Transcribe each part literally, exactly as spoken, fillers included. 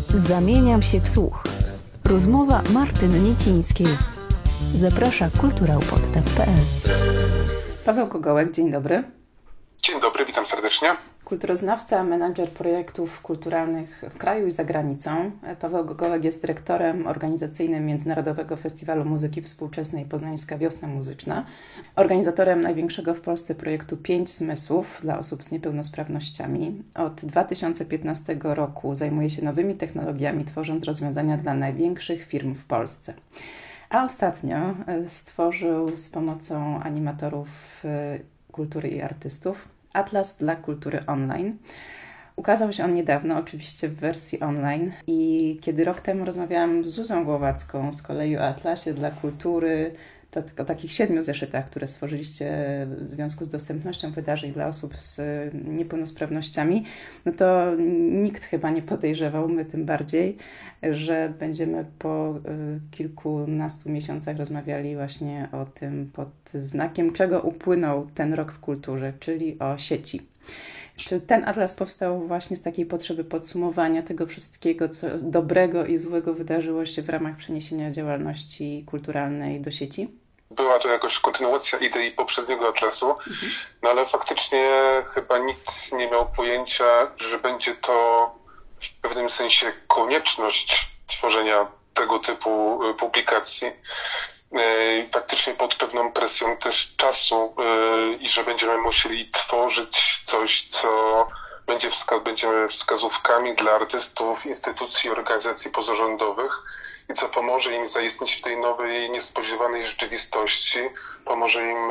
Zamieniam się w słuch. Rozmowa Martyny Niecińskiej. Zaprasza kulturał podstaw kropka p l. Paweł Kogołek, dzień dobry. Dzień dobry, witam serdecznie. Kulturoznawca, menadżer projektów kulturalnych w kraju i za granicą. Paweł Kogołek jest dyrektorem organizacyjnym Międzynarodowego Festiwalu Muzyki Współczesnej Poznańska Wiosna Muzyczna, organizatorem największego w Polsce projektu Pięć Zmysłów dla osób z niepełnosprawnościami. Od dwa tysiące piętnastego roku zajmuje się nowymi technologiami, tworząc rozwiązania dla największych firm w Polsce. A ostatnio stworzył z pomocą animatorów kultury i artystów Atlas dla kultury online. Ukazał się on niedawno, oczywiście w wersji online, i kiedy rok temu rozmawiałam z Zuzą Głowacką z kolei o Atlasie dla kultury, to, o takich siedmiu zeszytach, które stworzyliście w związku z dostępnością wydarzeń dla osób z niepełnosprawnościami, no to nikt chyba nie podejrzewał, my tym bardziej, że będziemy po kilkunastu miesiącach rozmawiali właśnie o tym, pod znakiem czego upłynął ten rok w kulturze, czyli o sieci. Czy ten atlas powstał właśnie z takiej potrzeby podsumowania tego wszystkiego, co dobrego i złego wydarzyło się w ramach przeniesienia działalności kulturalnej do sieci? Była to jakoś kontynuacja idei poprzedniego atlasu, mhm. no ale faktycznie chyba nikt nie miał pojęcia, że będzie to w pewnym sensie konieczność tworzenia tego typu publikacji. Faktycznie pod pewną presją też czasu i że będziemy musieli tworzyć coś, co będzie wska- będziemy wskazówkami dla artystów, instytucji, organizacji pozarządowych i co pomoże im zaistnieć w tej nowej, niespodziewanej rzeczywistości, pomoże im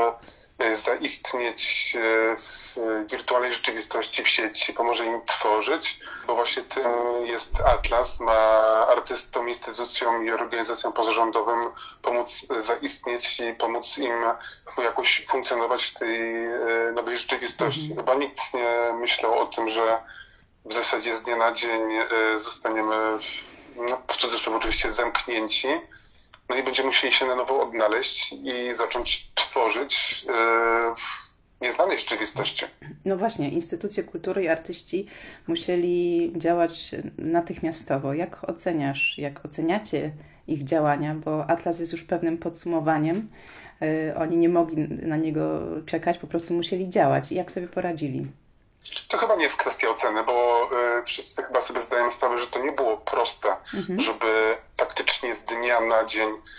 zaistnieć w wirtualnej rzeczywistości w sieci, pomoże im tworzyć, bo właśnie tym jest Atlas, ma artystom, instytucjom i organizacjom pozarządowym pomóc zaistnieć i pomóc im jakoś funkcjonować w tej nowej rzeczywistości. Chyba nikt nie myślał o tym, że w zasadzie z dnia na dzień zostaniemy, no, w cudzysłowie oczywiście, zamknięci. No i będziemy musieli się na nowo odnaleźć i zacząć tworzyć w nieznanej rzeczywistości. No właśnie, instytucje kultury i artyści musieli działać natychmiastowo. Jak oceniasz, jak oceniacie ich działania? Bo Atlas jest już pewnym podsumowaniem. Oni nie mogli na niego czekać, po prostu musieli działać. I jak sobie poradzili? To chyba nie jest kwestia oceny, bo y, wszyscy chyba sobie zdają sprawę, że to nie było proste, mhm. żeby faktycznie z dnia na dzień y,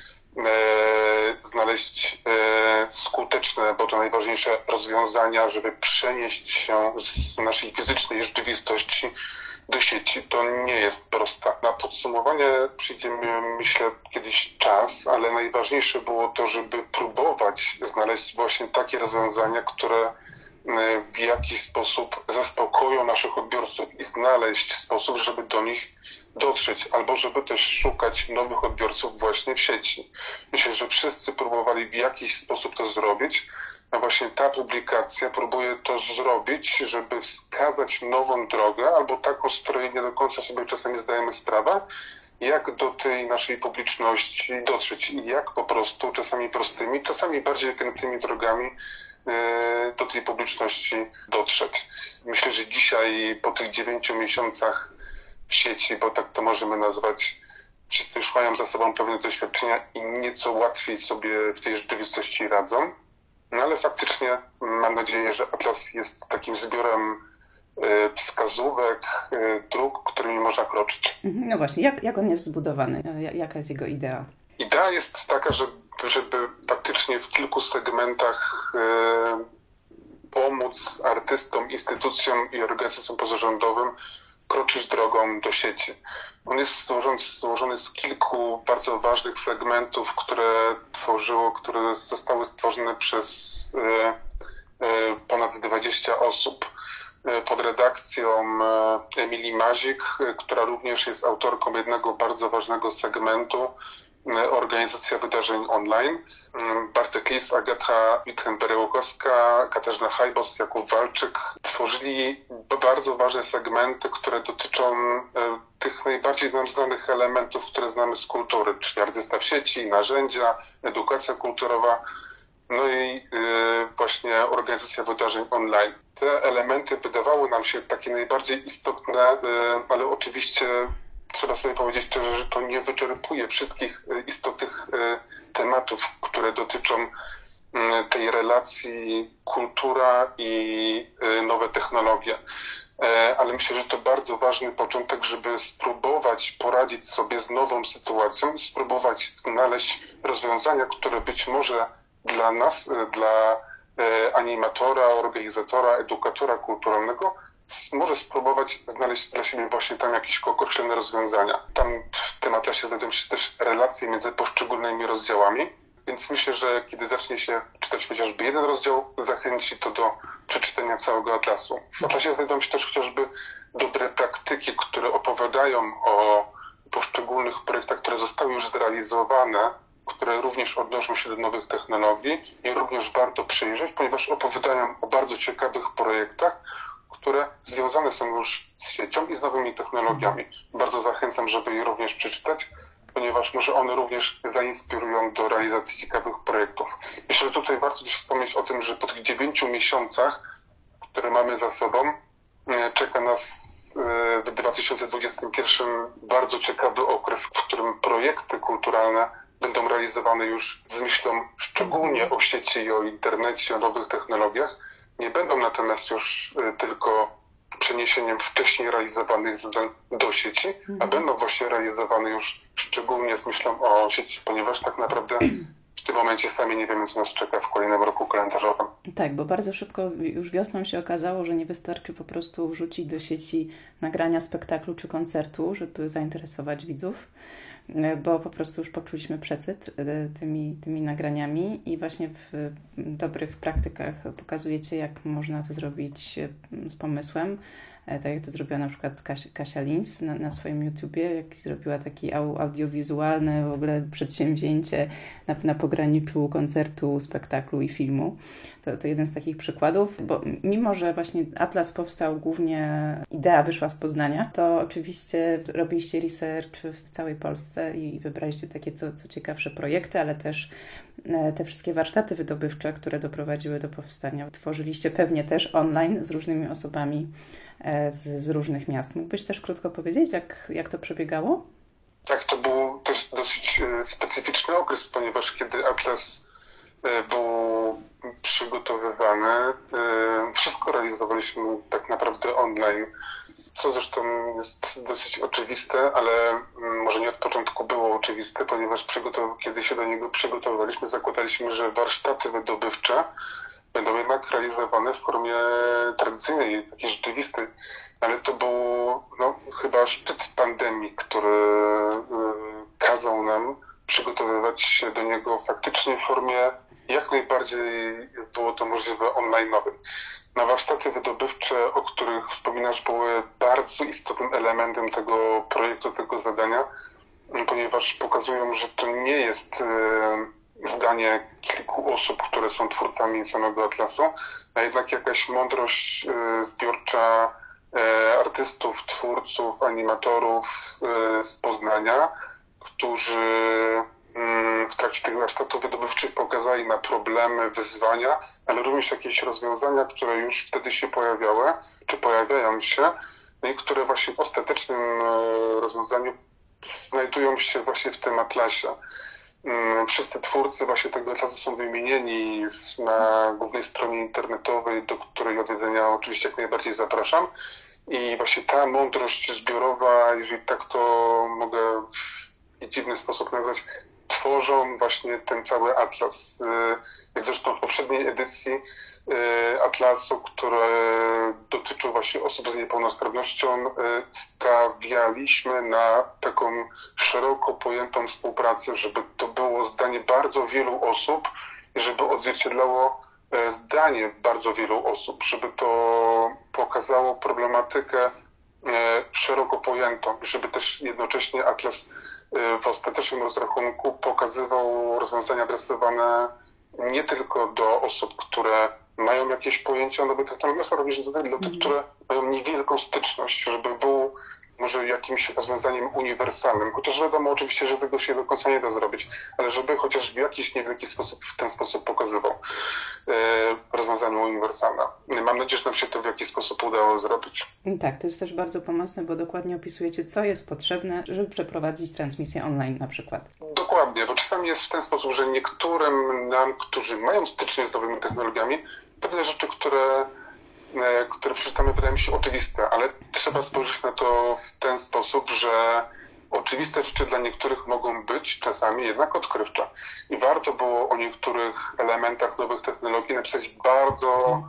znaleźć y, skuteczne, bo to najważniejsze rozwiązania, żeby przenieść się z naszej fizycznej rzeczywistości do sieci. To nie jest proste. Na podsumowanie przyjdzie, myślę, kiedyś czas, ale najważniejsze było to, żeby próbować znaleźć właśnie takie rozwiązania, które w jakiś sposób zaspokoją naszych odbiorców i znaleźć sposób, żeby do nich dotrzeć, albo żeby też szukać nowych odbiorców właśnie w sieci. Myślę, że wszyscy próbowali w jakiś sposób to zrobić, a właśnie ta publikacja próbuje to zrobić, żeby wskazać nową drogę, albo taką, z której nie do końca sobie czasami zdajemy sprawę, jak do tej naszej publiczności dotrzeć i jak po prostu czasami prostymi, czasami bardziej krętymi drogami do tej publiczności dotrzeć. Myślę, że dzisiaj po tych dziewięciu miesiącach w sieci, bo tak to możemy nazwać, wszyscy już mają za sobą pewne doświadczenia i nieco łatwiej sobie w tej rzeczywistości radzą. No ale faktycznie mam nadzieję, że Atlas jest takim zbiorem wskazówek, dróg, którymi można kroczyć. No właśnie, jak, jak on jest zbudowany? Jaka jest jego idea? Idea jest taka, że żeby faktycznie w kilku segmentach y, pomóc artystom, instytucjom i organizacjom pozarządowym kroczyć drogą do sieci. On jest złożony, złożony z kilku bardzo ważnych segmentów, które tworzyło, które zostały stworzone przez y, y, ponad dwadzieścia osób pod redakcją Emilii Mazik, która również jest autorką jednego bardzo ważnego segmentu, Organizacja Wydarzeń Online. Bartek Lis, Agata Wittenberg-Łukowska, Katarzyna Hajbos, Jakub Walczyk tworzyli bardzo ważne segmenty, które dotyczą tych najbardziej nam znanych elementów, które znamy z kultury, czyli artysta w sieci, narzędzia, edukacja kulturowa, no i właśnie organizacja wydarzeń online. Te elementy wydawały nam się takie najbardziej istotne, ale oczywiście trzeba sobie powiedzieć szczerze, że to nie wyczerpuje wszystkich istotnych tematów, które dotyczą tej relacji kultura i nowe technologie. Ale myślę, że to bardzo ważny początek, żeby spróbować poradzić sobie z nową sytuacją i spróbować znaleźć rozwiązania, które być może dla nas, dla animatora, organizatora, edukatora kulturalnego może spróbować znaleźć dla siebie właśnie tam jakieś określone rozwiązania. Tam w tym atlasie znajdują się też relacje między poszczególnymi rozdziałami, więc myślę, że kiedy zacznie się czytać chociażby jeden rozdział, zachęci to do przeczytania całego atlasu. W atlasie znajdują się też chociażby dobre praktyki, które opowiadają o poszczególnych projektach, które zostały już zrealizowane, które również odnoszą się do nowych technologii i również warto przyjrzeć, ponieważ opowiadają o bardzo ciekawych projektach, które związane są już z siecią i z nowymi technologiami. Bardzo zachęcam, żeby je również przeczytać, ponieważ może one również zainspirują do realizacji ciekawych projektów. Myślę, że tutaj warto też wspomnieć o tym, że po tych dziewięciu miesiącach, które mamy za sobą, czeka nas w dwa tysiące dwudziestym pierwszym bardzo ciekawy okres, w którym projekty kulturalne będą realizowane już z myślą szczególnie o sieci i o internecie, o nowych technologiach. Nie będą natomiast już tylko przeniesieniem wcześniej realizowanych zadań do sieci, a będą właśnie realizowane już szczególnie z myślą o sieci, ponieważ tak naprawdę w tym momencie sami nie wiemy, co nas czeka w kolejnym roku kalendarzowym. Tak, bo bardzo szybko już wiosną się okazało, że nie wystarczy po prostu wrzucić do sieci nagrania spektaklu czy koncertu, żeby zainteresować widzów, bo po prostu już poczuliśmy przesyt tymi, tymi nagraniami i właśnie w dobrych praktykach pokazujecie, jak można to zrobić z pomysłem. Tak jak to zrobiła na przykład Kasia, Kasia Lins na, na swoim YouTubie, jak zrobiła takie audiowizualne w ogóle przedsięwzięcie na, na pograniczu koncertu, spektaklu i filmu. To, to jeden z takich przykładów, bo mimo, że właśnie Atlas powstał głównie, idea wyszła z Poznania, to oczywiście robiliście research w całej Polsce i wybraliście takie co, co ciekawsze projekty, ale też te wszystkie warsztaty wydobywcze, które doprowadziły do powstania. Tworzyliście pewnie też online z różnymi osobami z, z różnych miast. Mógłbyś też krótko powiedzieć, jak, jak to przebiegało? Tak, to był też dosyć specyficzny okres, ponieważ kiedy Atlas był przygotowywany, wszystko realizowaliśmy tak naprawdę online, co zresztą jest dosyć oczywiste, ale może nie od początku było oczywiste, ponieważ przygotow- kiedy się do niego przygotowywaliśmy, zakładaliśmy, że warsztaty wydobywcze będą jednak realizowane w formie tradycyjnej, takiej rzeczywistej, ale to był no, chyba szczyt pandemii, który y, kazał nam przygotowywać się do niego faktycznie w formie jak najbardziej było to możliwe online'owym. Na warsztaty wydobywcze, o których wspominasz, były bardzo istotnym elementem tego projektu, tego zadania, ponieważ pokazują, że to nie jest y, zdanie kilku osób, które są twórcami samego Atlasu, a jednak jakaś mądrość y, zbiorcza y, artystów, twórców, animatorów y, z Poznania, którzy y, w trakcie tych warsztatów wydobywczych pokazali na problemy, wyzwania, ale również jakieś rozwiązania, które już wtedy się pojawiały, czy pojawiają się, no i które właśnie w ostatecznym y, rozwiązaniu znajdują się właśnie w tym atlasie. Wszyscy twórcy właśnie tego atlasu są wymienieni na głównej stronie internetowej, do której odwiedzenia oczywiście jak najbardziej zapraszam. I właśnie ta mądrość zbiorowa, jeżeli tak to mogę w dziwny sposób nazwać, tworzą właśnie ten cały atlas. Jak zresztą w poprzedniej edycji atlasu, który dotyczył właśnie osób z niepełnosprawnością, stawialiśmy na taką szeroko pojętą współpracę, żeby to było zdanie bardzo wielu osób i żeby odzwierciedlało zdanie bardzo wielu osób, żeby to pokazało problematykę szeroko pojętą, żeby też jednocześnie atlas w ostatecznym rozrachunku pokazywał rozwiązania adresowane nie tylko do osób, które mają jakieś pojęcie o nowych technologiach, ale również do tych, mm. które mają niewielką styczność, żeby był może jakimś rozwiązaniem uniwersalnym, chociaż wiadomo oczywiście, że tego się do końca nie da zrobić, ale żeby chociaż w jakiś niewielki sposób, w ten sposób pokazywał e, rozwiązanie uniwersalne. Mam nadzieję, że nam się to w jakiś sposób udało zrobić. Tak, to jest też bardzo pomocne, bo dokładnie opisujecie, co jest potrzebne, żeby przeprowadzić transmisję online na przykład. Dokładnie, bo czasami jest w ten sposób, że niektórym nam, którzy mają styczność z nowymi technologiami, pewne rzeczy, które które przeczytamy, wydają mi się oczywiste, ale trzeba spojrzeć na to w ten sposób, że oczywiste rzeczy dla niektórych mogą być czasami jednak odkrywcze. I warto było o niektórych elementach nowych technologii napisać bardzo,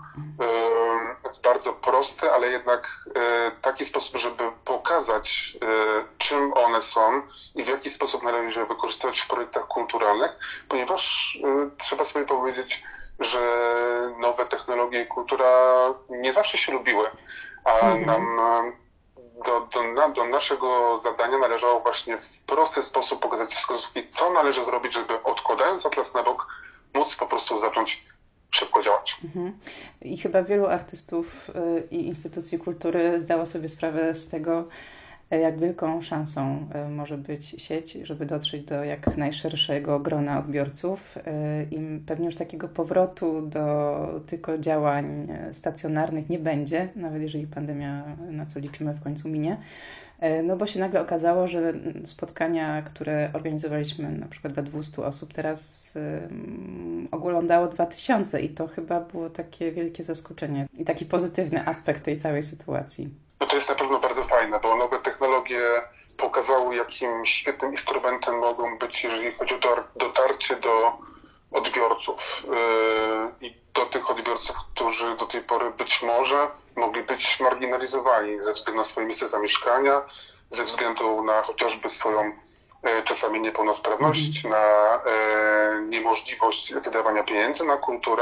e, bardzo prosty, ale jednak e, taki sposób, żeby pokazać, e, czym one są i w jaki sposób należy je wykorzystać w projektach kulturalnych, ponieważ e, trzeba sobie powiedzieć, że nowe technologie i kultura nie zawsze się lubiły, a mm-hmm. nam do, do, do naszego zadania należało właśnie w prosty sposób pokazać wskazówki, co należy zrobić, żeby odkładając atlas na bok, móc po prostu zacząć szybko działać. Mm-hmm. I chyba wielu artystów i instytucji kultury zdało sobie sprawę z tego, jak wielką szansą może być sieć, żeby dotrzeć do jak najszerszego grona odbiorców i pewnie już takiego powrotu do tylko działań stacjonarnych nie będzie, nawet jeżeli pandemia, na co liczymy, w końcu minie. No bo się nagle okazało, że spotkania, które organizowaliśmy na przykład dla dwustu osób, teraz um, oglądało dwa tysiące i to chyba było takie wielkie zaskoczenie i taki pozytywny aspekt tej całej sytuacji. No to jest na pewno bardzo fajne, bo nowe technologie pokazały, jakim świetnym instrumentem mogą być, jeżeli chodzi o dotarcie do odbiorców yy, i do tych odbiorców, którzy do tej pory być może mogli być marginalizowani ze względu na swoje miejsce zamieszkania, ze względu na chociażby swoją yy, czasami niepełnosprawność, mm. na yy, niemożliwość wydawania pieniędzy na kulturę.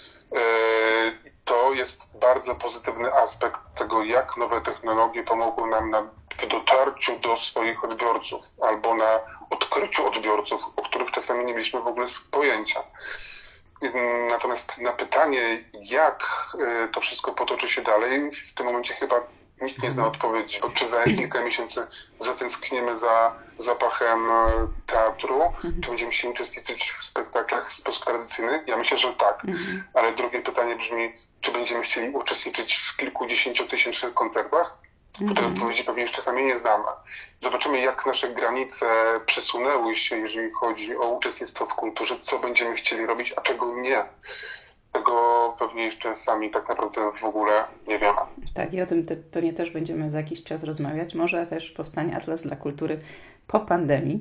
Yy, to jest bardzo pozytywny aspekt tego, jak nowe technologie pomogły nam na, w dotarciu do swoich odbiorców albo na odkryciu odbiorców, o których czasami nie mieliśmy w ogóle pojęcia. Natomiast na pytanie, jak to wszystko potoczy się dalej, w tym momencie chyba nikt nie zna odpowiedzi, bo czy za kilka miesięcy zatęskniemy za zapachem teatru, czy będziemy się uczestniczyć w spektaklach w sposób tradycyjny? Ja myślę, że tak. Ale drugie pytanie brzmi, czy będziemy chcieli uczestniczyć w kilkudziesięciotysięcznych koncertach, które odpowiedzi pewnie jeszcze sami nie znamy. Zobaczymy, jak nasze granice przesunęły się, jeżeli chodzi o uczestnictwo w kulturze, co będziemy chcieli robić, a czego nie. Tego pewnie jeszcze sami tak naprawdę w ogóle nie wiemy. Tak, i o tym te, pewnie też będziemy za jakiś czas rozmawiać. Może też powstanie Atlas dla Kultury po pandemii.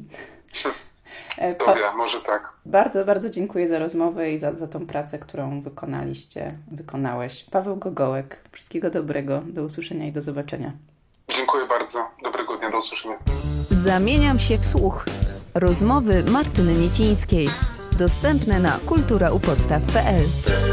Kto pa- wie, może tak. Bardzo, bardzo dziękuję za rozmowę i za, za tą pracę, którą wykonaliście, wykonałeś. Paweł Gogołek, wszystkiego dobrego, do usłyszenia i do zobaczenia. Dziękuję bardzo, dobrego dnia, do usłyszenia. Zamieniam się w słuch. Rozmowy Martyny Niecińskiej. Dostępne na kultura u podstaw kropka p l.